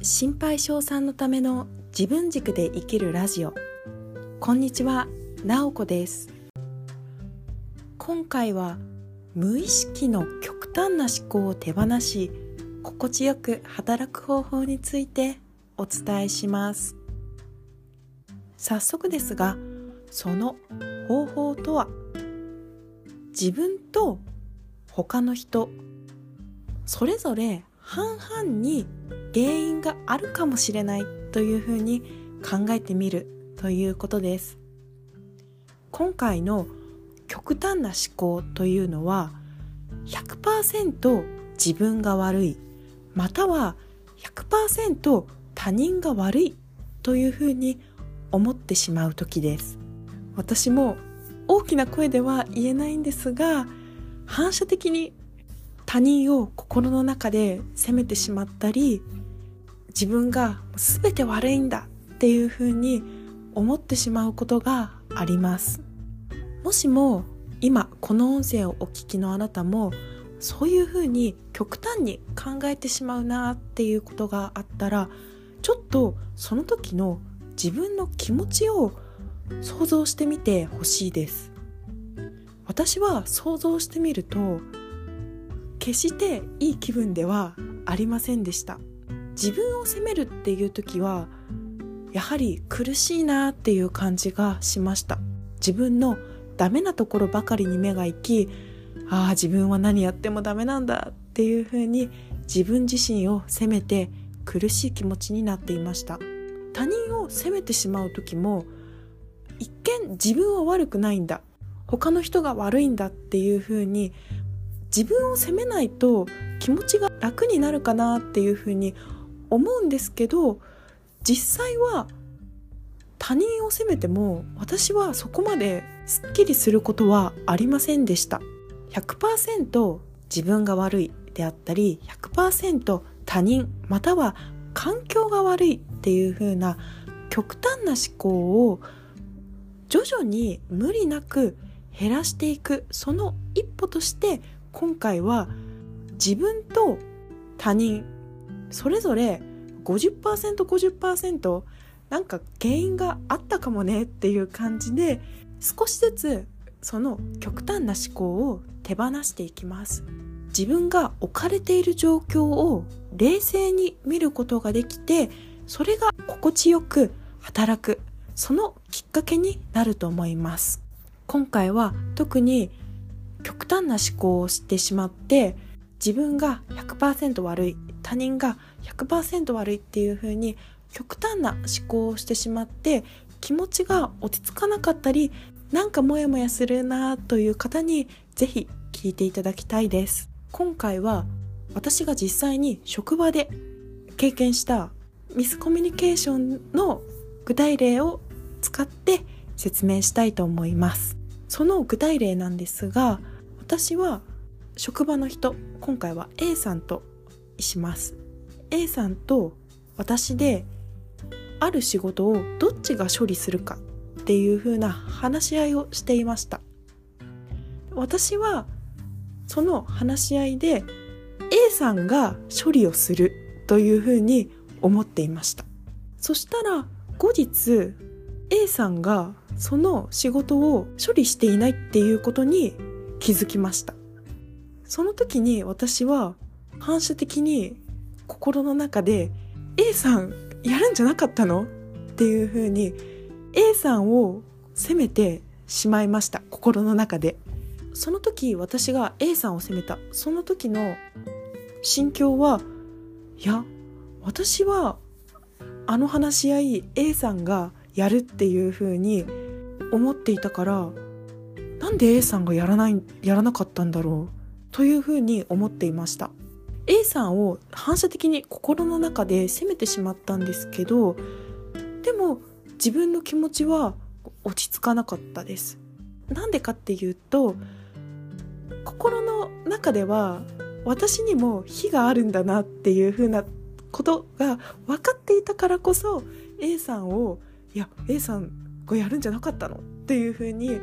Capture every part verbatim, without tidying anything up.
心配性さんのための自分軸で生きるラジオ。こんにちは、なおこです。今回は無意識の極端な思考を手放し、心地よく働く方法についてお伝えします。早速ですが、その方法とは、自分と他の人それぞれ半々に原因があるかもしれないというふうに考えてみるということです。今回の極端な思考というのは ひゃくパーセント 自分が悪い、または ひゃくパーセント 他人が悪いというふうに思ってしまう時です。私も大きな声では言えないんですが、反射的に他人を心の中で責めてしまったり、自分が全て悪いんだっていうふうに思ってしまうことがあります。もしも今この音声をお聞きのあなたもそういうふうに極端に考えてしまうなっていうことがあったら、ちょっとその時の自分の気持ちを想像してみてほしいです。私は想像してみると決していい気分ではありませんでした。自分を責めるっていう時はやはり苦しいなっていう感じがしました。自分のダメなところばかりに目が行き、ああ自分は何やってもダメなんだっていうふうに自分自身を責めて苦しい気持ちになっていました。他人を責めてしまう時も一見自分は悪くないんだ、他の人が悪いんだっていうふうに自分を責めないと気持ちが楽になるかなっていうふうに思うんですけど、実際は他人を責めても私はそこまですっきりすることはありませんでした。 ひゃくパーセント 自分が悪いであったり ひゃくパーセント 他人または環境が悪いっていう風な極端な思考を徐々に無理なく減らしていく、その一歩として今回は自分と他人それぞれ ごじゅっパーセントごじゅっパーセント なんか原因があったかもねっていう感じで少しずつその極端な思考を手放していきます。自分が置かれている状況を冷静に見ることができて、それが心地よく働くそのきっかけになると思います。今回は特に極端な思考をしてしまって自分が ひゃくパーセント 悪い、他人が ひゃくパーセント 悪いっていう風に極端な思考をしてしまって気持ちが落ち着かなかったり、なんかモヤモヤするなという方にぜひ聞いていただきたいです。今回は私が実際に職場で経験したミスコミュニケーションの具体例を使って説明したいと思います。その具体例なんですが、私は職場の人、今回は A さんとします。 A さんと私である仕事をどっちが処理するかっていう風な話し合いをしていました。私はその話し合いで A さんが処理をするという風に思っていました。そしたら後日 A さんがその仕事を処理していないっていうことに気づきました。その時に私は反射的に心の中で A さんやるんじゃなかったのっていう風に A さんを責めてしまいました。心の中でその時私が A さんを責めたその時の心境は、いや私はあの話し合い A さんがやるっていう風に思っていたから、なんで A さんがやらない、やらなかったんだろうという風に思っていました。 A さんを反射的に心の中で責めてしまったんですけど、でも自分の気持ちは落ち着かなかったです。なんでかっていうと、心の中では私にも非があるんだなっていう風なことが分かっていたからこそ A さんを、いや A さんがやるんじゃなかったのっていう風に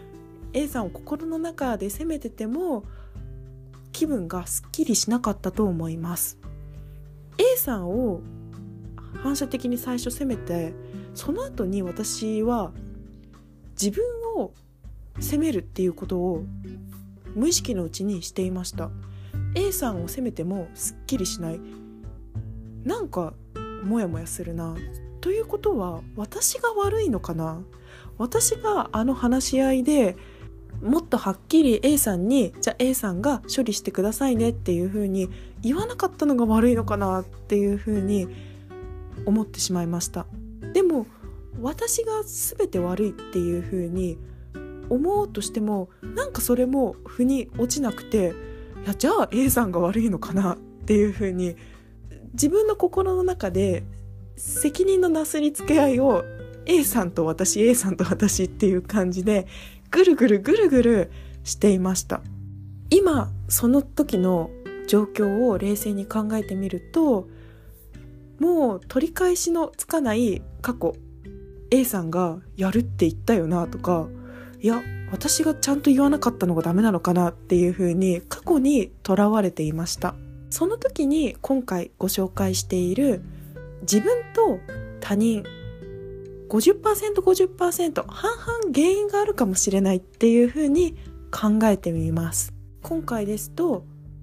A さんを心の中で責めてても気分がすっきりしなかったと思います。A さんを反射的に最初責めて、その後に私は自分を責めるっていうことを無意識のうちにしていました。 A さんを責めてもすっきりしない、なんかモヤモヤするな、ということは私が悪いのかな、私があの話し合いでもっとはっきり A さんに、じゃあ A さんが処理してくださいねっていう風に言わなかったのが悪いのかなっていう風に思ってしまいました。でも私が全て悪いっていう風に思おうとしても、なんかそれも腑に落ちなくて、いやじゃあ A さんが悪いのかなっていう風に自分の心の中で責任のなすりつけ合いを A さんと私 A さんと私っていう感じでぐるぐるぐるぐるしていました。今その時の状況を冷静に考えてみると、もう取り返しのつかない過去、 A さんがやるって言ったよなとか、いや私がちゃんと言わなかったのがダメなのかなっていう風に過去にとらわれていました。その時に今回ご紹介している自分と他人 ごじゅっパーセントごじゅっパーセント 半々原因があるかもしれないっていう風に考えてみます。今回ですと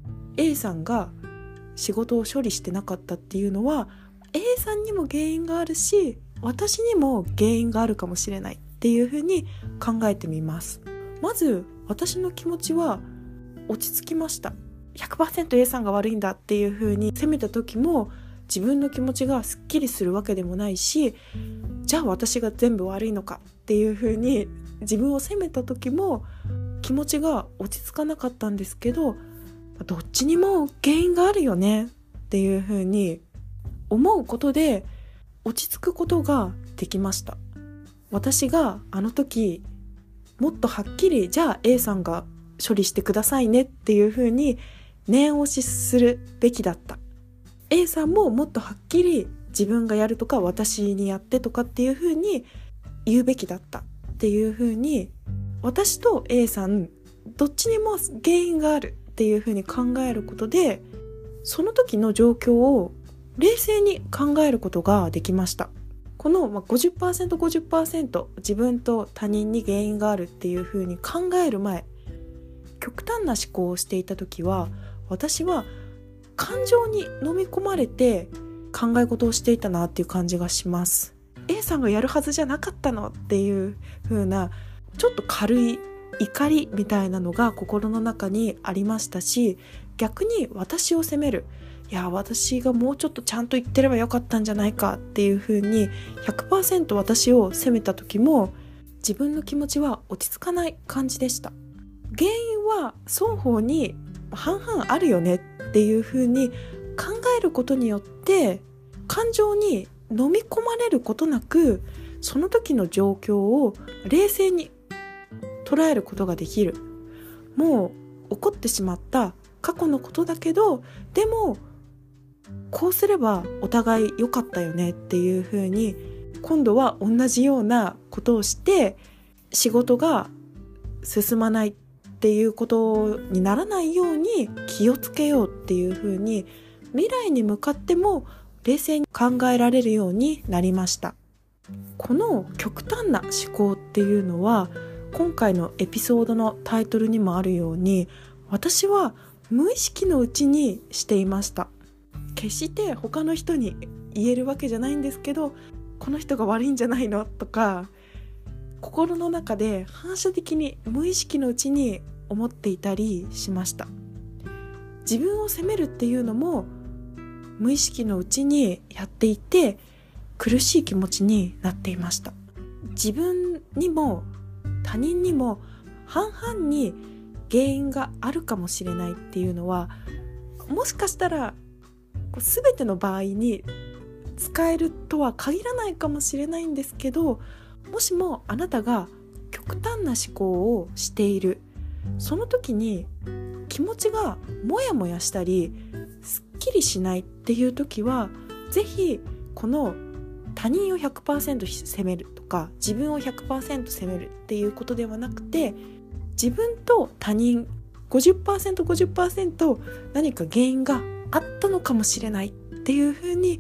A さんが仕事を処理してなかったっていうのは A さんにも原因があるし、私にも原因があるかもしれないっていう風に考えてみます。まず私の気持ちは落ち着きました。 ひゃくパーセント A さんが悪いんだっていう風に責めた時も自分の気持ちがすっきりするわけでもないし、じゃあ私が全部悪いのかっていう風に自分を責めた時も気持ちが落ち着かなかったんですけど、どっちにも原因があるよねっていう風に思うことで落ち着くことができました。私があの時もっとはっきり、じゃあ A さんが処理してくださいねっていう風に念押しするべきだった。 A さんももっとはっきり自分がやるとか私にやってとかっていう風に言うべきだったっていう風に、私と A さんどっちにも原因があるっていう風に考えることで、その時の状況を冷静に考えることができました。この ごじゅっパーセントごじゅっパーセント 自分と他人に原因があるっていう風に考える前、極端な思考をしていた時は私は感情に飲み込まれて考え事をしていたなっていう感じがします。 A さんがやるはずじゃなかったのっていう風なちょっと軽い怒りみたいなのが心の中にありましたし、逆に私を責める、いや私がもうちょっとちゃんと言ってればよかったんじゃないかっていう風に ひゃくパーセント 私を責めた時も自分の気持ちは落ち着かない感じでした。原因は双方に半々あるよねっていう風に考えることによって感情に飲み込まれることなく、その時の状況を冷静に捉えることができる。もう起こってしまった過去のことだけど、でもこうすればお互い良かったよねっていう風に、今度は同じようなことをして仕事が進まないっていうことにならないように気をつけようっていう風に、未来に向かっても冷静に考えられるようになりました。この極端な思考っていうのは今回のエピソードのタイトルにもあるように、私は無意識のうちにしていました。決して他の人に言えるわけじゃないんですけど、この人が悪いんじゃないのとか心の中で反射的に無意識のうちに思っていたりしました。自分を責めるっていうのも無意識のうちにやっていて苦しい気持ちになっていました。自分にも他人にも半々に原因があるかもしれないっていうのは、もしかしたら全ての場合に使えるとは限らないかもしれないんですけど、もしもあなたが極端な思考をしている、その時に気持ちがモヤモヤしたりすっきりしないっていう時は、ぜひこの他人を ひゃくパーセント 責めるとか自分を ひゃくパーセント 責めるっていうことではなくて、自分と他人 ごじゅっパーセントごじゅっパーセント 何か原因があったのかもしれないっていうふうに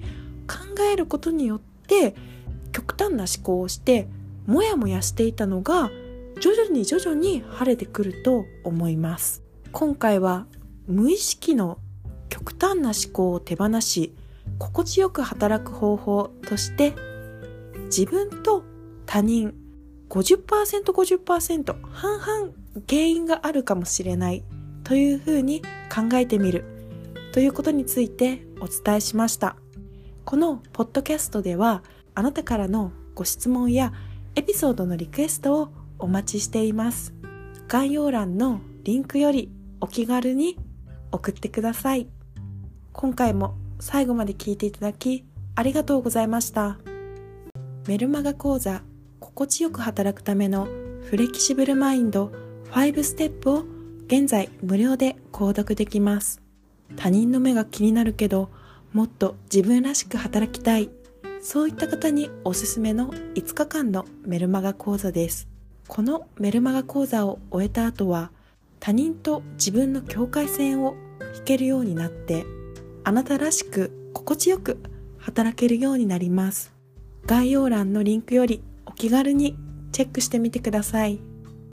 考えることによって極端な思考をしてもやもやしていたのが徐々に徐々に晴れてくると思います。今回は無意識の極端な思考を手放し心地よく働く方法として自分と他人 ごじゅっパーセントごじゅっパーセント 半々原因があるかもしれないというふうに考えてみるということについてお伝えしました。このポッドキャストではあなたからのご質問やエピソードのリクエストをお待ちしています。概要欄のリンクよりお気軽に送ってください。今回も最後まで聞いていただきありがとうございました。メルマガ講座心地よく働くためのフレキシブルマインドごステップを現在無料で購読できます。他人の目が気になるけどもっと自分らしく働きたい、そういった方におすすめのいつかかんのメルマガ講座です。このメルマガ講座を終えた後は他人と自分の境界線を引けるようになってあなたらしく心地よく働けるようになります。概要欄のリンクよりお気軽にチェックしてみてください。